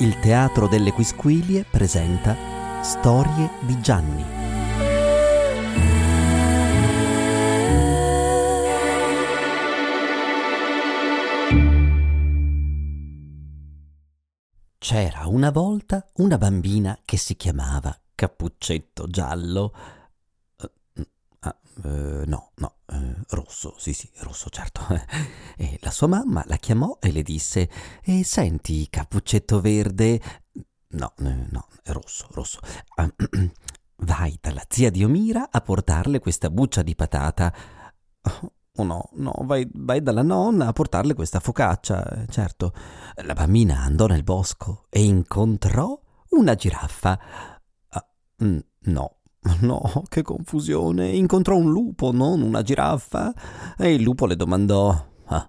Il Teatro delle Quisquilie presenta Storie di Gianni. C'era una volta una bambina che si chiamava Cappuccetto Giallo. Rosso, sì, rosso, certo. E la sua mamma la chiamò e le disse: senti, Cappuccetto Verde, no, rosso. Vai dalla zia di Omira a portarle questa buccia di patata. Oh no, vai dalla nonna a portarle questa focaccia, certo. La bambina andò nel bosco e incontrò una giraffa. No, che confusione. Incontrò un lupo, non una giraffa. E il lupo le domandò: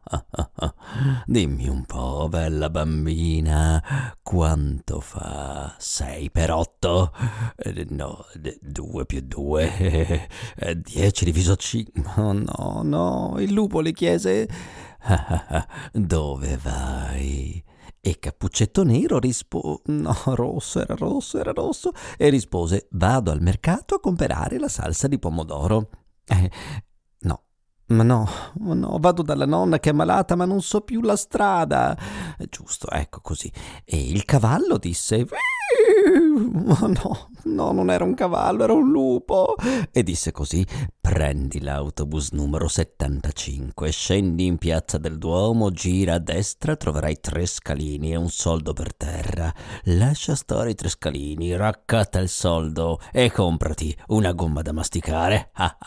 dimmi un po', bella bambina, quanto fa 6 per 8? No, 2 più 2, 10 diviso 5. No, il lupo le chiese: dove vai? E Cappuccetto Nero era rosso, e rispose: vado al mercato a comprare la salsa di pomodoro. No, vado dalla nonna che è malata, ma non so più la strada. Giusto, ecco così. E il cavallo disse: no, non era un cavallo, era un lupo. E disse così: prendi l'autobus numero 75, scendi in piazza del Duomo, gira a destra, troverai 3 scalini e un soldo per terra. Lascia stare i 3 scalini, raccatta il soldo e comprati una gomma da masticare.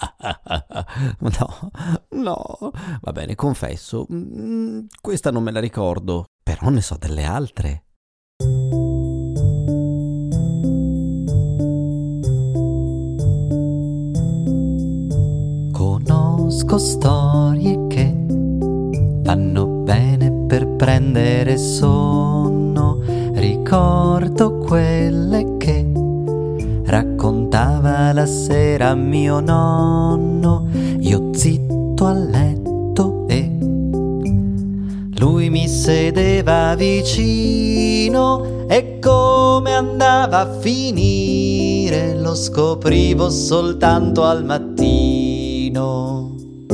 No, va bene, confesso, questa non me la ricordo, però ne so delle altre. Conosco storie che vanno bene per prendere sonno. Ricordo quelle che raccontava la sera mio nonno. Io zitto a letto e lui mi sedeva vicino, e come andava a finire lo scoprivo soltanto al mattino.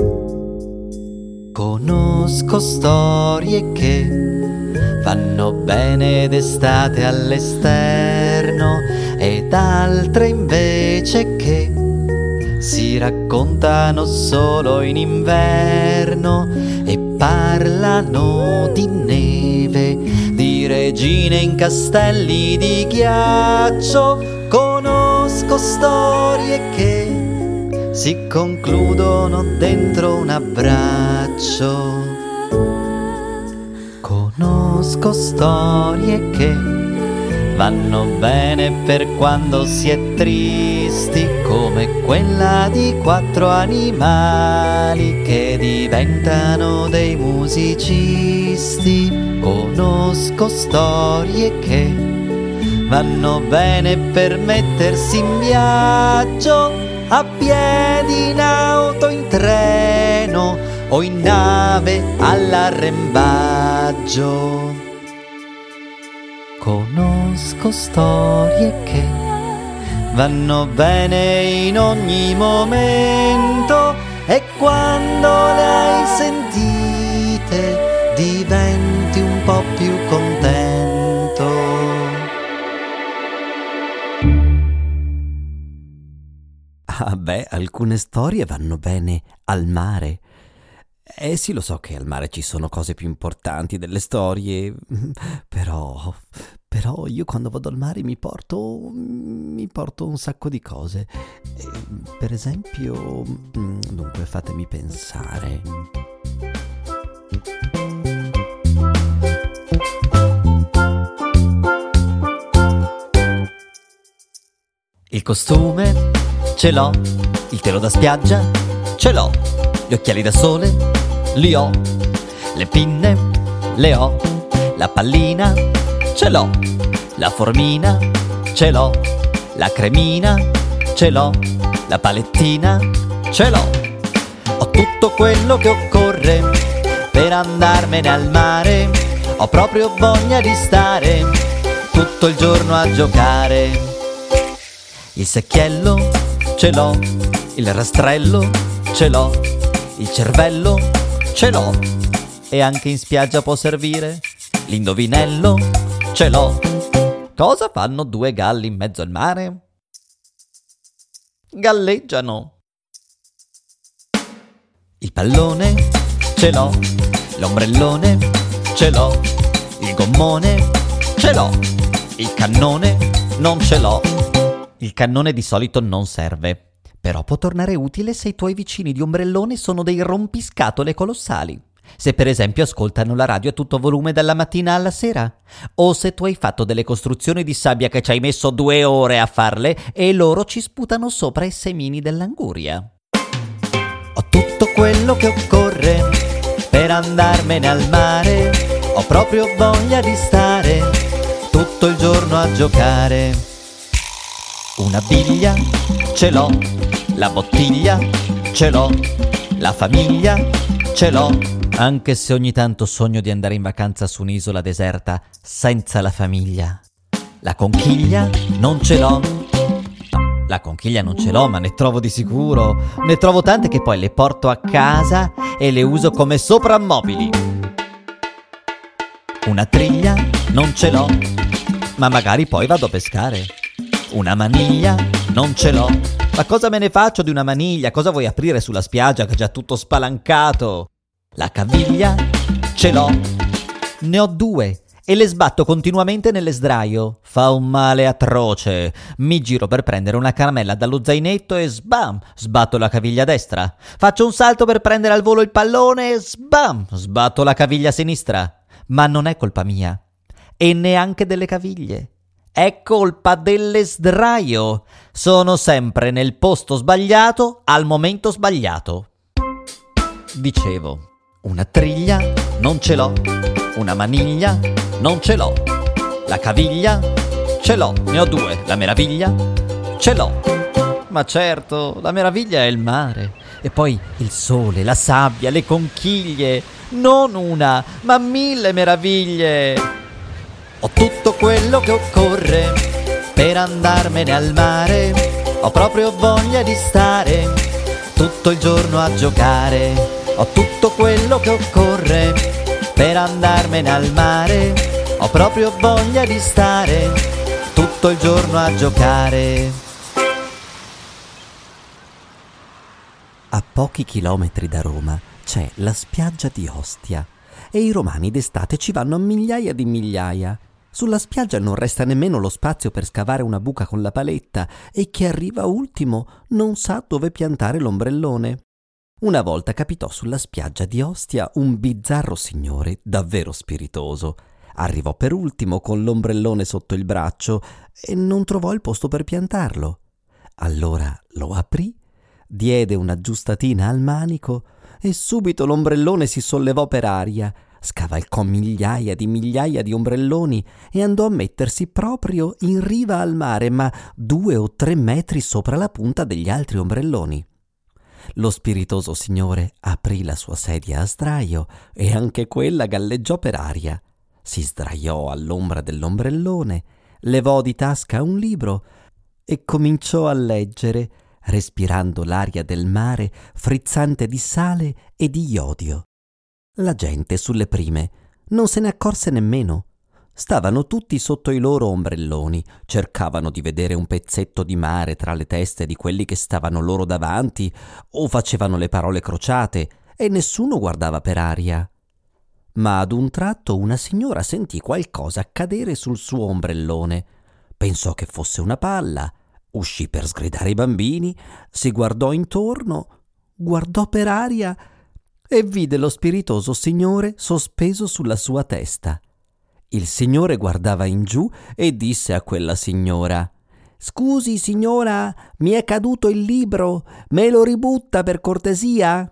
Conosco storie che vanno bene d'estate all'esterno, ed altre invece che si raccontano solo in inverno, e parlano di neve, di regine in castelli di ghiaccio. Conosco storie che si concludono dentro un abbraccio. Conosco storie che vanno bene per quando si è tristi, come quella di 4 animali che diventano dei musicisti. Conosco storie che vanno bene per mettersi in viaggio, a piedi, in auto, in treno o in nave all'arrembaggio. Conosco storie che vanno bene in ogni momento, e quando le hai sentite diventi un po' più contento. Alcune storie vanno bene al mare. Sì, lo so che al mare ci sono cose più importanti delle storie, però io quando vado al mare mi porto un sacco di cose. Per esempio, dunque, fatemi pensare. Il costume ce l'ho, il telo da spiaggia ce l'ho, gli occhiali da sole li ho, le pinne le ho, la pallina ce l'ho, la formina ce l'ho, la cremina ce l'ho, la palettina ce l'ho. Ho tutto quello che occorre per andarmene al mare, ho proprio voglia di stare tutto il giorno a giocare. Il secchiello ce l'ho, il rastrello ce l'ho, il cervello ce l'ho, e anche in spiaggia può servire. L'indovinello ce l'ho. Cosa fanno due galli in mezzo al mare? Galleggiano. Il pallone ce l'ho, l'ombrellone ce l'ho, il gommone ce l'ho, il cannone non ce l'ho. Il cannone di solito non serve, però può tornare utile se i tuoi vicini di ombrellone sono dei rompiscatole colossali. Se per esempio ascoltano la radio a tutto volume dalla mattina alla sera, o se tu hai fatto delle costruzioni di sabbia che ci hai messo 2 ore a farle e loro ci sputano sopra i semini dell'anguria. Ho tutto quello che occorre per andarmene al mare, ho proprio voglia di stare tutto il giorno a giocare. Una biglia ce l'ho, la bottiglia ce l'ho, la famiglia ce l'ho, anche se ogni tanto sogno di andare in vacanza su un'isola deserta senza la famiglia. La conchiglia non ce l'ho. No, la conchiglia non ce l'ho, ma ne trovo di sicuro. Ne trovo tante che poi le porto a casa e le uso come soprammobili. Una triglia non ce l'ho, ma magari poi vado a pescare. Una maniglia non ce l'ho. Ma cosa me ne faccio di una maniglia? Cosa vuoi aprire sulla spiaggia che è già tutto spalancato? La caviglia ce l'ho. Ne ho 2 e le sbatto continuamente nelle sdraio. Fa un male atroce. Mi giro per prendere una caramella dallo zainetto e sbam, sbatto la caviglia destra. Faccio un salto per prendere al volo il pallone e sbam, sbatto la caviglia sinistra. Ma non è colpa mia e neanche delle caviglie. È colpa delle sdraio. Sono sempre nel posto sbagliato al momento sbagliato. Dicevo, una triglia non ce l'ho, una maniglia non ce l'ho, la caviglia ce l'ho, ne ho 2, la meraviglia ce l'ho. Ma certo, la meraviglia è il mare, e poi il sole, la sabbia, le conchiglie, non una, ma 1000 meraviglie. Ho tutto quello che occorre per andarmene al mare, ho proprio voglia di stare tutto il giorno a giocare. Ho tutto quello che occorre per andarmene al mare, ho proprio voglia di stare tutto il giorno a giocare. A pochi chilometri da Roma c'è la spiaggia di Ostia e i romani d'estate ci vanno a migliaia di migliaia. Sulla spiaggia non resta nemmeno lo spazio per scavare una buca con la paletta e chi arriva ultimo non sa dove piantare l'ombrellone. Una volta capitò sulla spiaggia di Ostia un bizzarro signore davvero spiritoso. Arrivò per ultimo con l'ombrellone sotto il braccio e non trovò il posto per piantarlo. Allora lo aprì, diede un'aggiustatina al manico e subito l'ombrellone si sollevò per aria, scavalcò migliaia di ombrelloni e andò a mettersi proprio in riva al mare, ma 2 o 3 metri sopra la punta degli altri ombrelloni. Lo spiritoso signore aprì la sua sedia a sdraio e anche quella galleggiò per aria. Si sdraiò all'ombra dell'ombrellone, levò di tasca un libro e cominciò a leggere, respirando l'aria del mare frizzante di sale e di iodio. La gente sulle prime non se ne accorse nemmeno. Stavano tutti sotto i loro ombrelloni, cercavano di vedere un pezzetto di mare tra le teste di quelli che stavano loro davanti o facevano le parole crociate e nessuno guardava per aria. Ma ad un tratto una signora sentì qualcosa cadere sul suo ombrellone. Pensò che fosse una palla, uscì per sgridare i bambini, si guardò intorno, guardò per aria e vide lo spiritoso signore sospeso sulla sua testa. Il signore guardava in giù e disse a quella signora: «Scusi, signora, mi è caduto il libro, me lo ributta per cortesia?»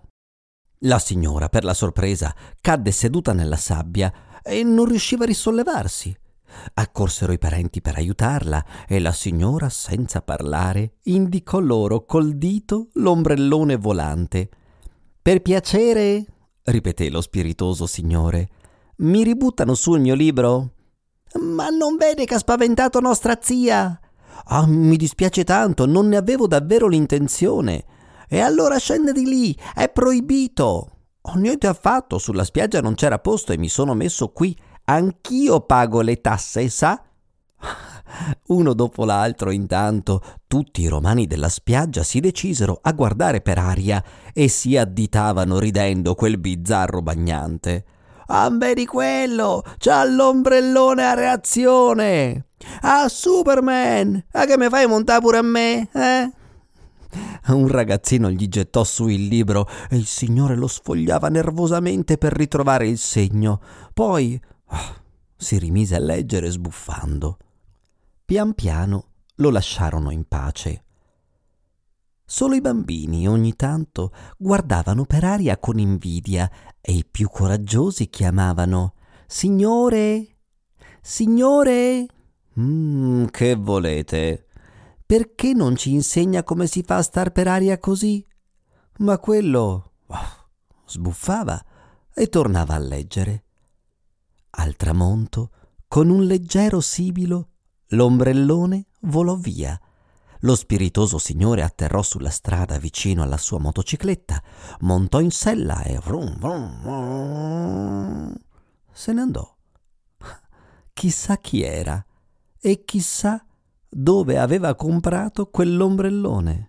La signora, per la sorpresa, cadde seduta nella sabbia e non riusciva a risollevarsi. Accorsero i parenti per aiutarla e la signora, senza parlare, indicò loro col dito l'ombrellone volante. «Per piacere», ripeté lo spiritoso signore, «mi ributtano su il mio libro?» Ma non vede che ha spaventato nostra zia? Ah, mi dispiace tanto, non ne avevo davvero l'intenzione. E allora scende di lì, è proibito. Oh, niente affatto, sulla spiaggia non c'era posto e mi sono messo qui. Anch'io pago le tasse, sa? Uno dopo l'altro, intanto, tutti i romani della spiaggia si decisero a guardare per aria e si additavano ridendo quel bizzarro bagnante. Ah, vedi quello! C'ha l'ombrellone a reazione! Ah, Superman! Ah, che mi fai montare pure a me, eh? Un ragazzino gli gettò su il libro e il signore lo sfogliava nervosamente per ritrovare il segno. Poi si rimise a leggere sbuffando. Pian piano lo lasciarono in pace. Solo i bambini ogni tanto guardavano per aria con invidia e i più coraggiosi chiamavano «Signore! Signore!» Che volete? Perché non ci insegna come si fa a star per aria così? Ma quello sbuffava e tornava a leggere. Al tramonto, con un leggero sibilo, l'ombrellone volò via. Lo spiritoso signore atterrò sulla strada vicino alla sua motocicletta, montò in sella e vrum, vrum, vrum, se ne andò. Chissà chi era e chissà dove aveva comprato quell'ombrellone.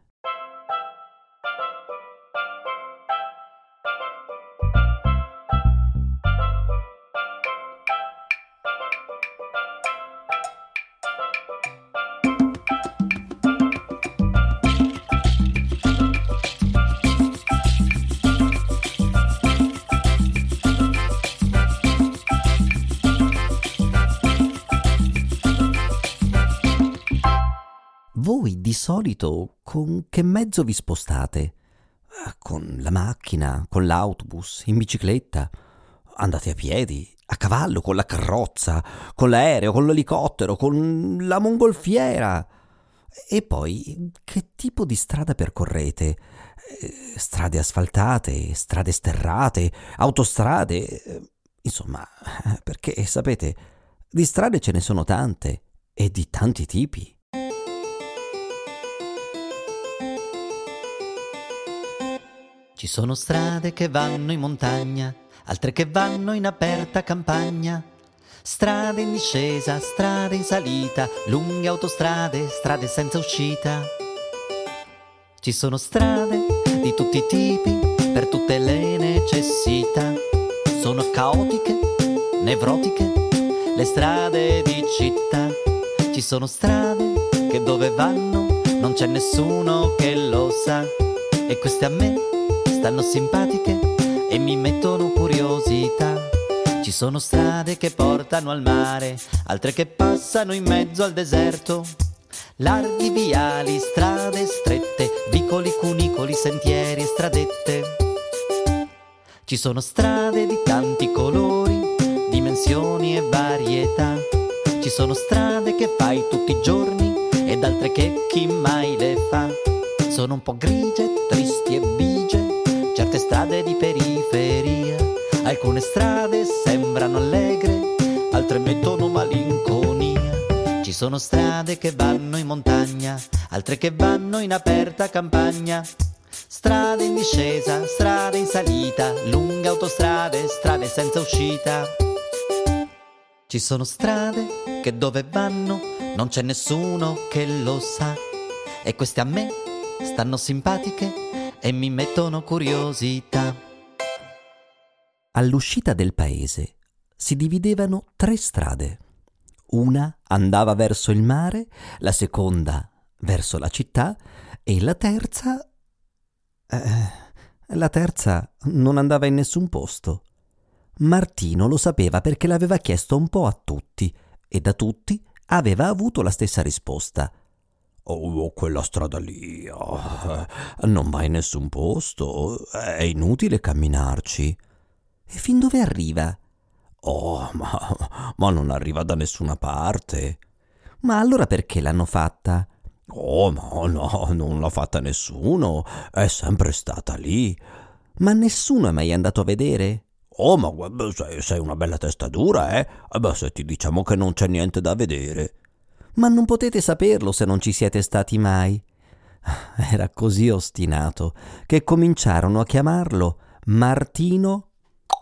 Voi di solito con che mezzo vi spostate? Con la macchina, con l'autobus, in bicicletta? Andate a piedi, a cavallo, con la carrozza, con l'aereo, con l'elicottero, con la mongolfiera? E poi, che tipo di strada percorrete? Strade asfaltate, strade sterrate, autostrade? Insomma, perché sapete, di strade ce ne sono tante e di tanti tipi. Ci sono strade che vanno in montagna, altre che vanno in aperta campagna. Strade in discesa, strade in salita, lunghe autostrade, strade senza uscita. Ci sono strade di tutti i tipi, per tutte le necessità. Sono caotiche, nevrotiche, le strade di città. Ci sono strade che dove vanno non c'è nessuno che lo sa. E queste a me stanno simpatiche e mi mettono curiosità. Ci sono strade che portano al mare, altre che passano in mezzo al deserto. Larghi viali, strade strette, vicoli, cunicoli, sentieri e stradette. Ci sono strade di tanti colori, dimensioni e varietà. Ci sono strade che fai tutti i giorni ed altre che chi mai le fa. Sono un po' grigie, tristi e bigie certe strade di periferia. Alcune strade sembrano allegre, altre mettono malinconia. Ci sono strade che vanno in montagna, altre che vanno in aperta campagna. Strade in discesa, strade in salita, lunghe autostrade, strade senza uscita. Ci sono strade che dove vanno non c'è nessuno che lo sa. E queste a me stanno simpatiche e mi mettono curiosità. All'uscita del paese si dividevano 3 strade. Una andava verso il mare, la seconda verso la città e la terza non andava in nessun posto. Martino lo sapeva perché l'aveva chiesto un po' a tutti e da tutti aveva avuto la stessa risposta. Oh, quella strada lì non va in nessun posto, è inutile camminarci. E fin dove arriva? Oh, ma non arriva da nessuna parte. Ma allora perché l'hanno fatta? Oh, no, non l'ha fatta nessuno, è sempre stata lì. Ma nessuno è mai andato a vedere? Oh, ma guarda, sei una bella testa dura, eh? Beh, se ti diciamo che non c'è niente da vedere. Ma non potete saperlo se non ci siete stati mai. Era così ostinato che cominciarono a chiamarlo Martino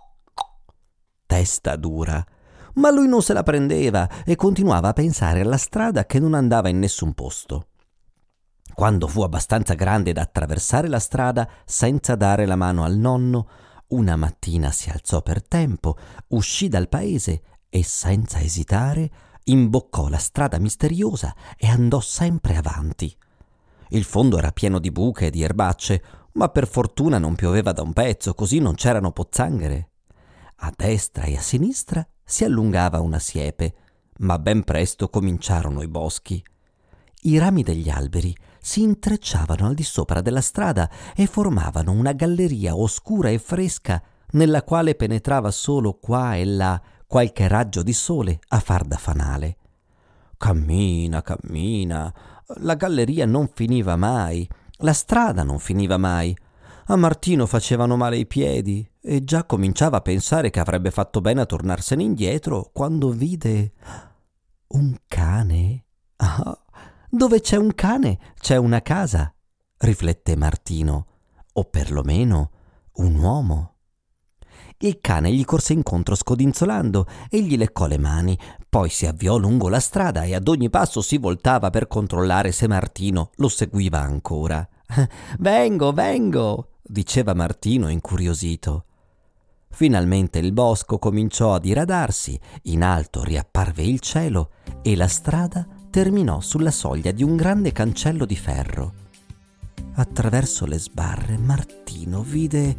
Testa Dura. Ma lui non se la prendeva e continuava a pensare alla strada che non andava in nessun posto. Quando fu abbastanza grande da attraversare la strada senza dare la mano al nonno, una mattina si alzò per tempo, uscì dal paese e senza esitare imboccò la strada misteriosa e andò sempre avanti. Il fondo era pieno di buche e di erbacce, ma per fortuna non pioveva da un pezzo, così non c'erano pozzanghere. A destra e a sinistra si allungava una siepe, ma ben presto cominciarono i boschi. I rami degli alberi si intrecciavano al di sopra della strada e formavano una galleria oscura e fresca nella quale penetrava solo qua e là qualche raggio di sole a far da fanale. Cammina, cammina. La galleria non finiva mai, la strada non finiva mai. A Martino facevano male i piedi e già cominciava a pensare che avrebbe fatto bene a tornarsene indietro quando vide un cane. Ah, dove c'è un cane c'è una casa, rifletté Martino, o perlomeno un uomo. Il cane gli corse incontro scodinzolando e gli leccò le mani, poi si avviò lungo la strada e ad ogni passo si voltava per controllare se Martino lo seguiva ancora. «Vengo, vengo!» diceva Martino incuriosito. Finalmente il bosco cominciò a diradarsi, in alto riapparve il cielo e la strada terminò sulla soglia di un grande cancello di ferro. Attraverso le sbarre Martino vide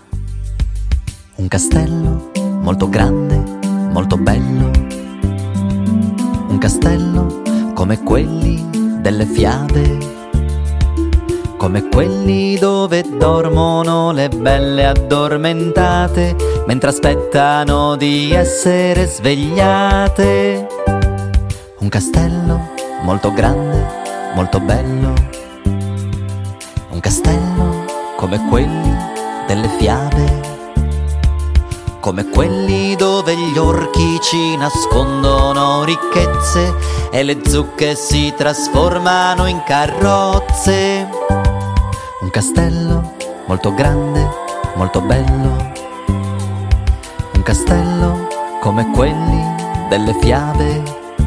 un castello molto grande, molto bello. Un castello come quelli delle fiabe, come quelli dove dormono le belle addormentate mentre aspettano di essere svegliate. Un castello molto grande, molto bello. Un castello come quelli delle fiabe, come quelli dove gli orchi ci nascondono ricchezze e le zucche si trasformano in carrozze. Un castello molto grande, molto bello. Un castello come quelli delle fiabe,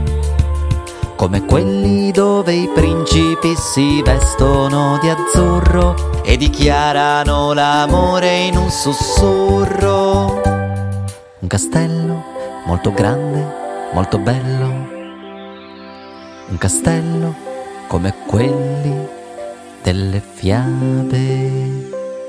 come quelli dove i principi si vestono di azzurro e dichiarano l'amore in un sussurro. Un castello molto grande, molto bello. Un castello come quelli delle fiabe.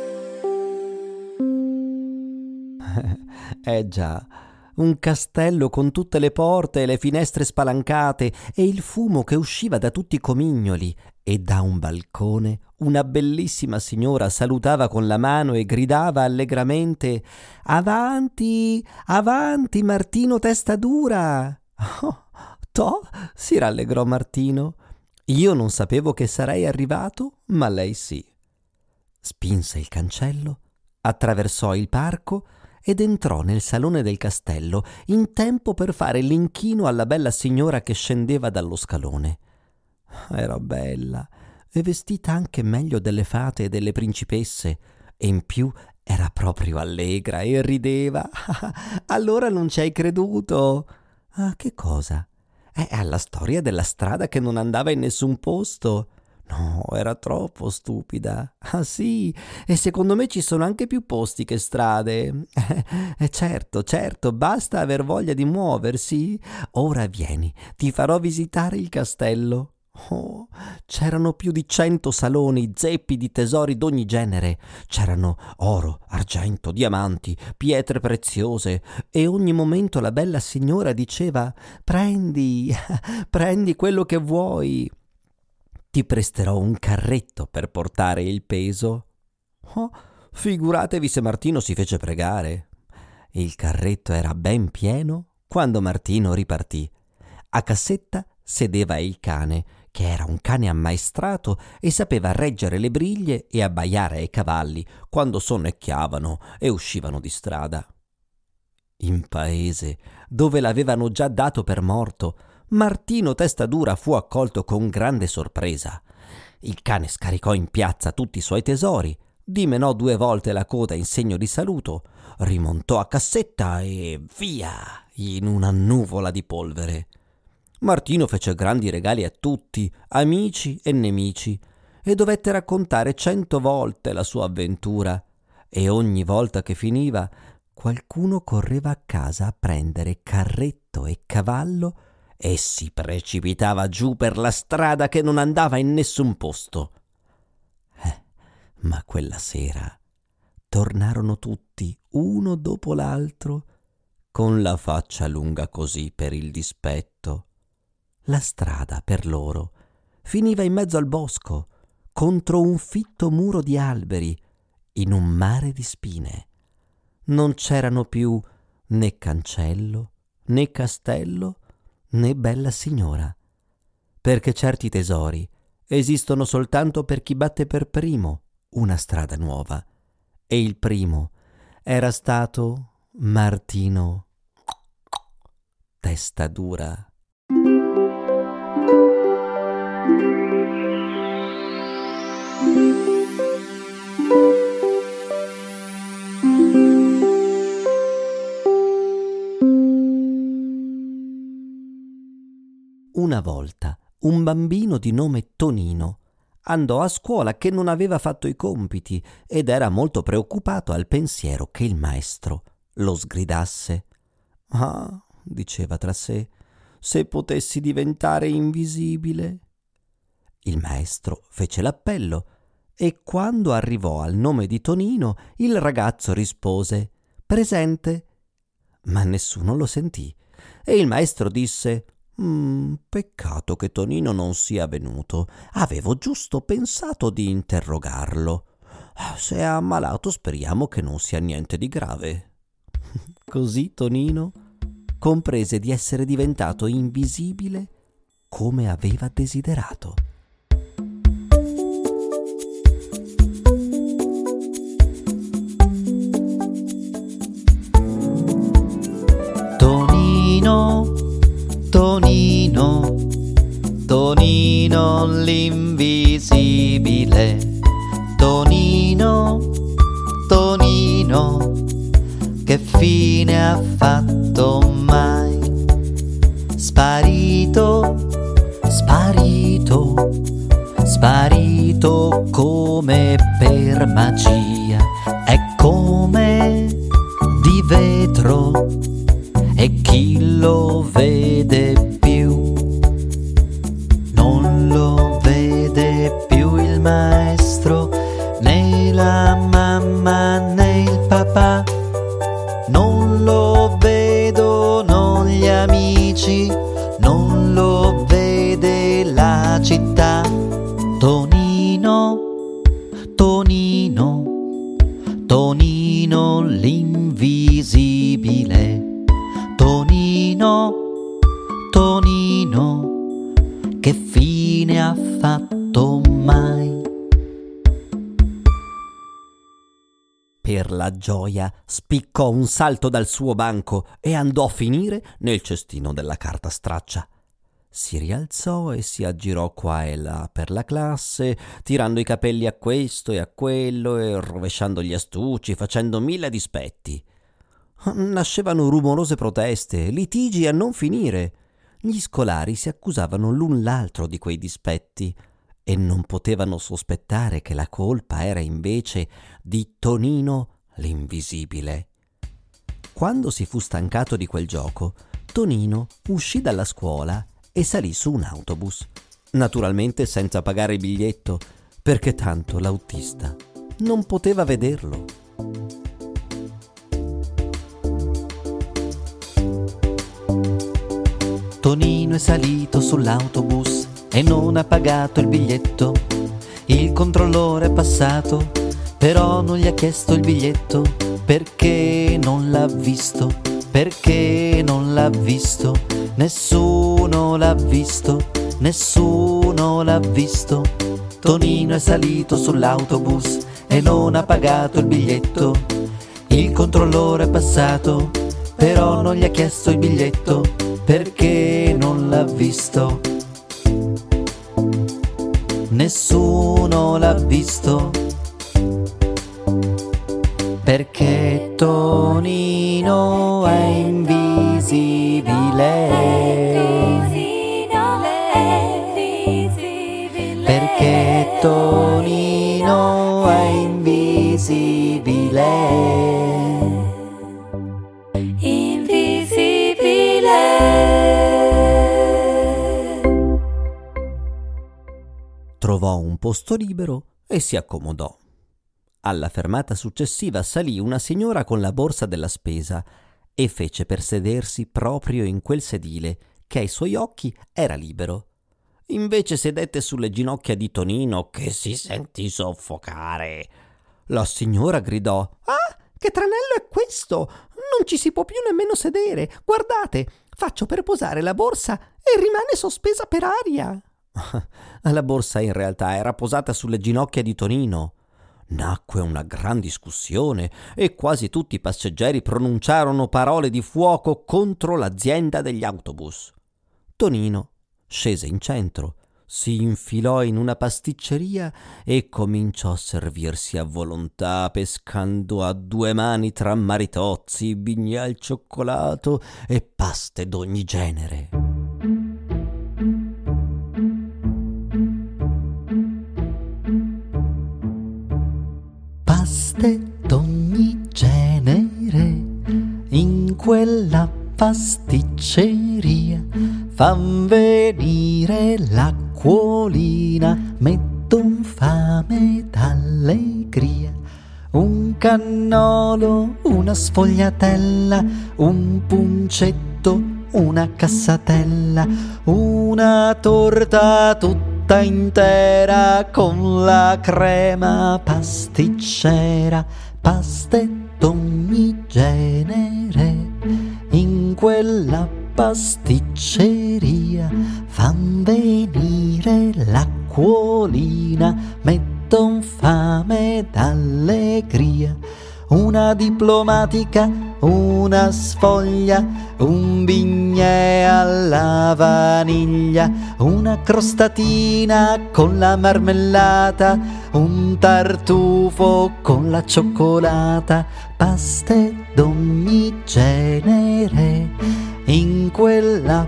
Già, un castello con tutte le porte e le finestre spalancate e il fumo che usciva da tutti i comignoli, e da un balcone una bellissima signora salutava con la mano e gridava allegramente: «Avanti, avanti, Martino Testa Dura!» «Oh, toh!» si rallegrò Martino. «Io non sapevo che sarei arrivato, ma lei sì». Spinse il cancello, attraversò il parco ed entrò nel salone del castello in tempo per fare l'inchino alla bella signora che scendeva dallo scalone. Era bella e vestita anche meglio delle fate e delle principesse, e in più era proprio allegra e rideva. «Allora non ci hai creduto?» «Ah, che cosa?» «Alla storia della strada che non andava in nessun posto». «No, era troppo stupida». «Ah sì, e secondo me ci sono anche più posti che strade». Certo, certo, basta aver voglia di muoversi. Ora vieni, ti farò visitare il castello». Oh, c'erano più di 100 saloni zeppi di tesori d'ogni genere. C'erano oro, argento, diamanti, pietre preziose, e ogni momento la bella signora diceva: «Prendi, prendi quello che vuoi. Ti presterò un carretto per portare il peso». Oh, figuratevi se Martino si fece pregare. Il carretto era ben pieno quando Martino ripartì. A cassetta sedeva il cane, che era un cane ammaestrato e sapeva reggere le briglie e abbaiare ai cavalli quando sonnecchiavano e uscivano di strada. In paese, dove l'avevano già dato per morto, Martino Testadura fu accolto con grande sorpresa. Il cane scaricò in piazza tutti i suoi tesori, dimenò 2 volte la coda in segno di saluto, rimontò a cassetta e via in una nuvola di polvere. Martino fece grandi regali a tutti, amici e nemici, e dovette raccontare 100 volte la sua avventura, e ogni volta che finiva qualcuno correva a casa a prendere carretto e cavallo e si precipitava giù per la strada che non andava in nessun posto. Ma quella sera tornarono tutti, uno dopo l'altro, con la faccia lunga così per il dispetto. La strada per loro finiva in mezzo al bosco, contro un fitto muro di alberi, in un mare di spine. Non c'erano più né cancello, né castello, né bella signora, perché certi tesori esistono soltanto per chi batte per primo una strada nuova, e il primo era stato Martino Testadura. Una volta un bambino di nome Tonino andò a scuola che non aveva fatto i compiti ed era molto preoccupato al pensiero che il maestro lo sgridasse. «Ah», diceva tra sé, «se potessi diventare invisibile». Il maestro fece l'appello e quando arrivò al nome di Tonino il ragazzo rispose «Presente». Ma nessuno lo sentì e il maestro disse «Peccato che Tonino non sia venuto. Avevo giusto pensato di interrogarlo. Se è ammalato speriamo che non sia niente di grave». Così Tonino comprese di essere diventato invisibile come aveva desiderato. Tonino, Tonino, Tonino l'invisibile. Tonino, Tonino, che fine ha fatto mai? Sparito, sparito, sparito come per magia. È come di vetro e chi lo vede più non lo vede più il maestro, né la mamma né il papà, non lo vedono gli amici, non lo vede la città. Tonino, Tonino, Tonino l'invisibile. Tonino, Tonino, che fine ha fatto mai? Per la gioia spiccò un salto dal suo banco e andò a finire nel cestino della carta straccia. Si rialzò e si aggirò qua e là per la classe, tirando i capelli a questo e a quello e rovesciando gli astucci, facendo 1000 dispetti. Nascevano rumorose proteste, litigi a non finire. Gli scolari si accusavano l'un l'altro di quei dispetti e non potevano sospettare che la colpa era invece di Tonino l'invisibile. Quando si fu stancato di quel gioco, Tonino uscì dalla scuola e salì su un autobus, naturalmente senza pagare il biglietto, perché tanto l'autista non poteva vederlo. Tonino è salito sull'autobus e non ha pagato il biglietto. Il controllore è passato, però non gli ha chiesto il biglietto, perché non l'ha visto, perché non l'ha visto. Nessuno l'ha visto, nessuno l'ha visto. Tonino è salito sull'autobus e non ha pagato il biglietto. Il controllore è passato, però non gli ha chiesto il biglietto perché non l'ha visto. Nessuno l'ha visto perché Tonino è invisibile. Perché Tonino è invisibile. Invisibile. Trovò un posto libero e si accomodò. Alla fermata successiva salì una signora con la borsa della spesa e fece per sedersi proprio in quel sedile che ai suoi occhi era libero. Invece sedette sulle ginocchia di Tonino, che si sentì soffocare. La signora gridò: «Ah, che tranello è questo! Non ci si può più nemmeno sedere! Guardate, faccio per posare la borsa e rimane sospesa per aria!» La borsa in realtà era posata sulle ginocchia di Tonino. Nacque una gran discussione e quasi tutti i passeggeri pronunciarono parole di fuoco contro l'azienda degli autobus. Tonino scese in centro, si infilò in una pasticceria e cominciò a servirsi a volontà, pescando a due mani tra maritozzi, bignè al cioccolato e paste d'ogni genere. Paste d'ogni genere in quella pasticceria fan venire l'acquolina, metton fame d'allegria. Un cannolo, una sfogliatella, un puncetto, una cassatella, una torta tutta intera con la crema pasticcera. Paste d'ogni genere in quella pasticceria fan venire l'acquolina, metton fame d'allegria. Una diplomatica, una sfoglia, un bignè alla vaniglia, una crostatina con la marmellata, un tartufo con la cioccolata. Paste d'ogni genere in quella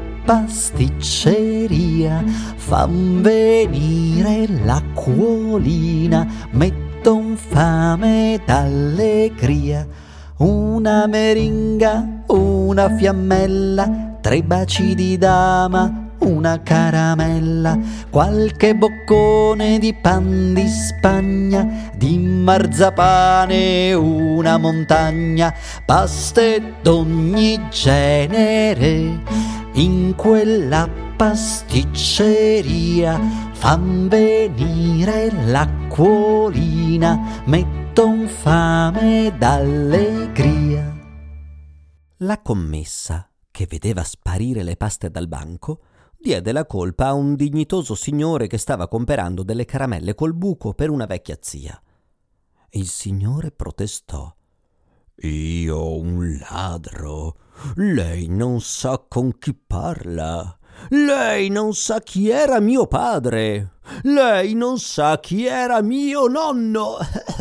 pasticceria fan venire l'acquolina, metton fame d'allegria. Una meringa, una fiammella, 3 baci di dama, una caramella, qualche boccone di pan di Spagna, di marzapane una montagna. Paste d'ogni genere in quella pasticceria fan venire l'acquolina, metton fame d'allegria. La commessa, che vedeva sparire le paste dal banco, diede la colpa a un dignitoso signore che stava comperando delle caramelle col buco per una vecchia zia. Il signore protestò: «Io un ladro? Lei non sa con chi parla. Lei non sa chi era mio padre. Lei non sa chi era mio nonno».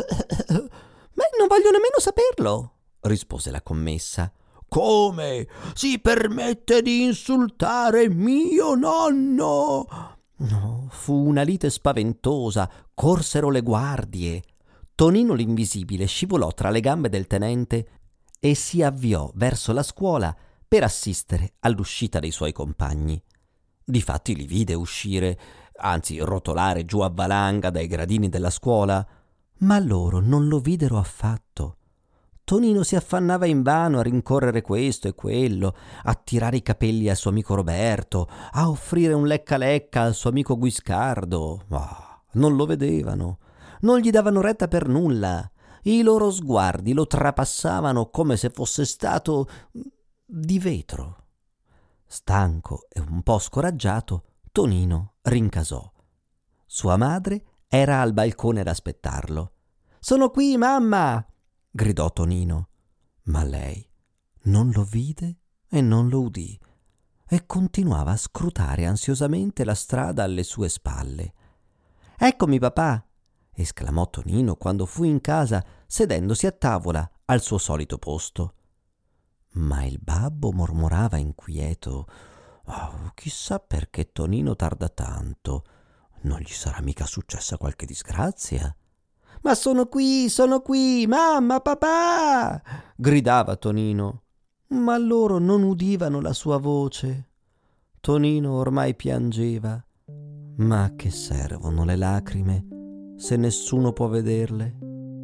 «Beh, non voglio nemmeno saperlo», rispose la commessa. «Come? Si permette di insultare mio nonno?» No, fu una lite spaventosa, corsero le guardie. Tonino l'invisibile scivolò tra le gambe del tenente e si avviò verso la scuola per assistere all'uscita dei suoi compagni. Difatti li vide uscire, anzi rotolare giù a valanga dai gradini della scuola, ma loro non lo videro affatto. Tonino si affannava invano a rincorrere questo e quello, a tirare i capelli al suo amico Roberto, a offrire un lecca-lecca al suo amico Guiscardo. Ma non lo vedevano, non gli davano retta per nulla. I loro sguardi lo trapassavano come se fosse stato di vetro. Stanco e un po' scoraggiato, Tonino rincasò. Sua madre era al balcone ad aspettarlo. «Sono qui, mamma!» gridò Tonino, ma lei non lo vide e non lo udì e continuava a scrutare ansiosamente la strada alle sue spalle. «Eccomi, papà!» esclamò Tonino quando fu in casa, sedendosi a tavola al suo solito posto. Ma il babbo mormorava inquieto: «Oh, chissà perché Tonino tarda tanto. Non gli sarà mica successa qualche disgrazia?» «Ma sono qui, mamma, papà!» gridava Tonino. Ma loro non udivano la sua voce. Tonino ormai piangeva. Ma a che servono le lacrime se nessuno può vederle?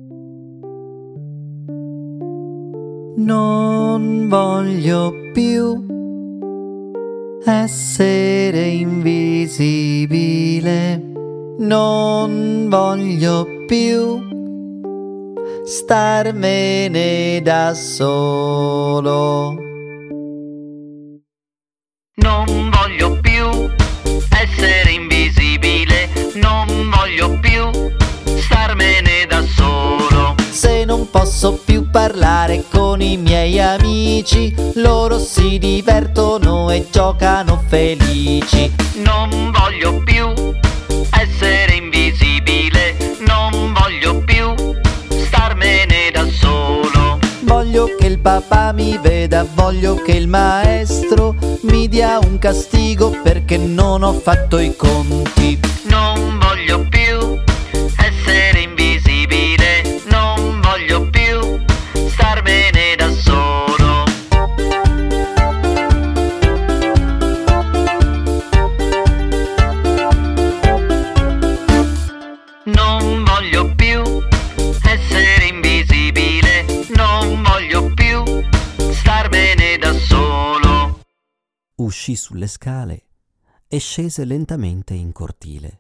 Non voglio più essere invisibile, non voglio più starmene da solo. Non voglio più essere invisibile, non voglio più starmene da solo. Se non posso più parlare con i miei amici, loro si divertono e giocano felici. Non voglio più essere invisibile, non voglio più starmene da solo. Voglio che il papà mi veda, voglio che il maestro mi dia un castigo perché non ho fatto i conti. Non voglio più essere invisibile, non voglio più starmene da solo. Non voglio più essere invisibile, non voglio più starmene da solo. Uscì sulle scale e scese lentamente in cortile.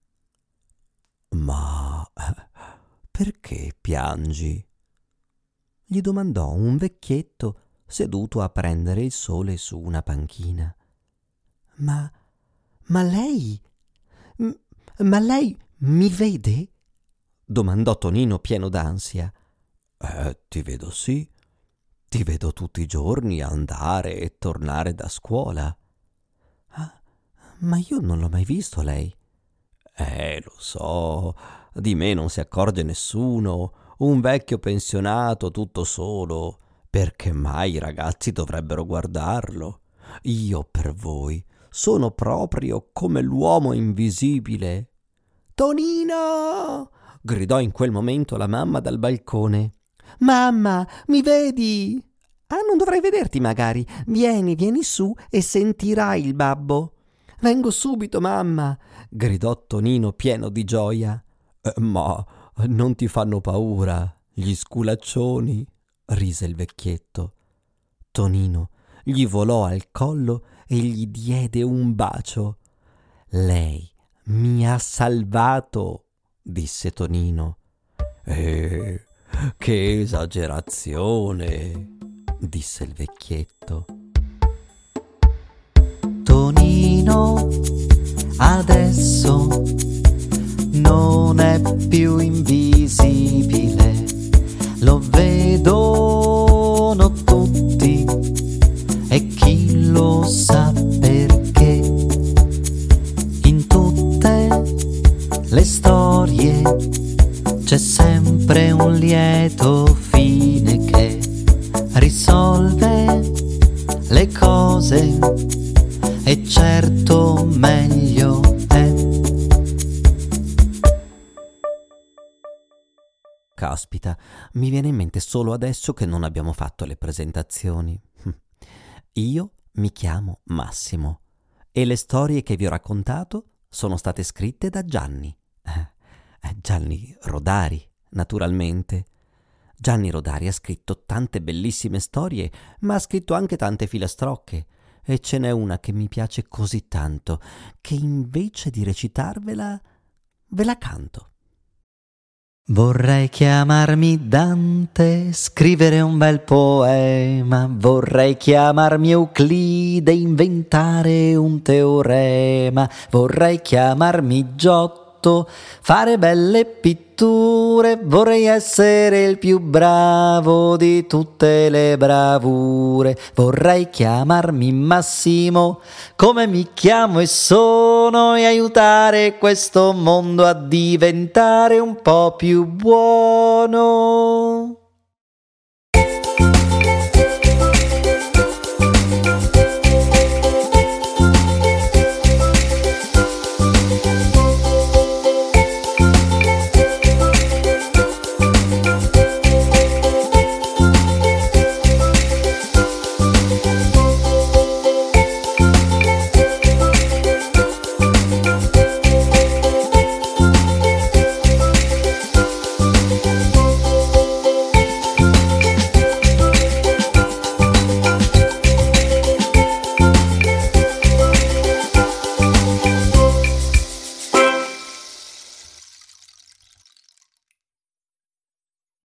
«Ma perché piangi?» gli domandò un vecchietto seduto a prendere il sole su una panchina. Ma lei? Ma lei mi vede?» domandò Tonino pieno d'ansia. Ti vedo sì. Ti vedo tutti i giorni andare e tornare da scuola». «Ah, ma io non l'ho mai visto lei». Lo so, di me non si accorge nessuno, un vecchio pensionato tutto solo. Perché mai i ragazzi dovrebbero guardarlo? Io per voi sono proprio come l'uomo invisibile». «Tonino!» gridò in quel momento la mamma dal balcone. «Mamma, mi vedi?» «Ah, non dovrei vederti magari. Vieni su e sentirai il babbo». «Vengo subito, mamma!» gridò Tonino pieno di gioia. «Ma non ti fanno paura gli sculaccioni?» rise il vecchietto. Tonino gli volò al collo e gli diede un bacio. «Lei mi ha salvato», disse Tonino. Che esagerazione», disse il vecchietto. Tonino adesso non è più invisibile, lo vedono tutti e chi lo sa perché. In tutte le storie c'è sempre un lieto fine che risolve le cose e certo meglio è. Caspita, mi viene in mente solo adesso che non abbiamo fatto le presentazioni. Io mi chiamo Massimo e le storie che vi ho raccontato sono state scritte da Gianni. Gianni Rodari, naturalmente. Gianni Rodari ha scritto tante bellissime storie, ma ha scritto anche tante filastrocche. E ce n'è una che mi piace così tanto che invece di recitarvela, ve la canto. Vorrei chiamarmi Dante, scrivere un bel poema, vorrei chiamarmi Euclide, inventare un teorema, vorrei chiamarmi Giotto, salotto, fare belle pitture, vorrei essere il più bravo di tutte le bravure, vorrei chiamarmi Massimo, come mi chiamo e sono, e aiutare questo mondo a diventare un po' più buono.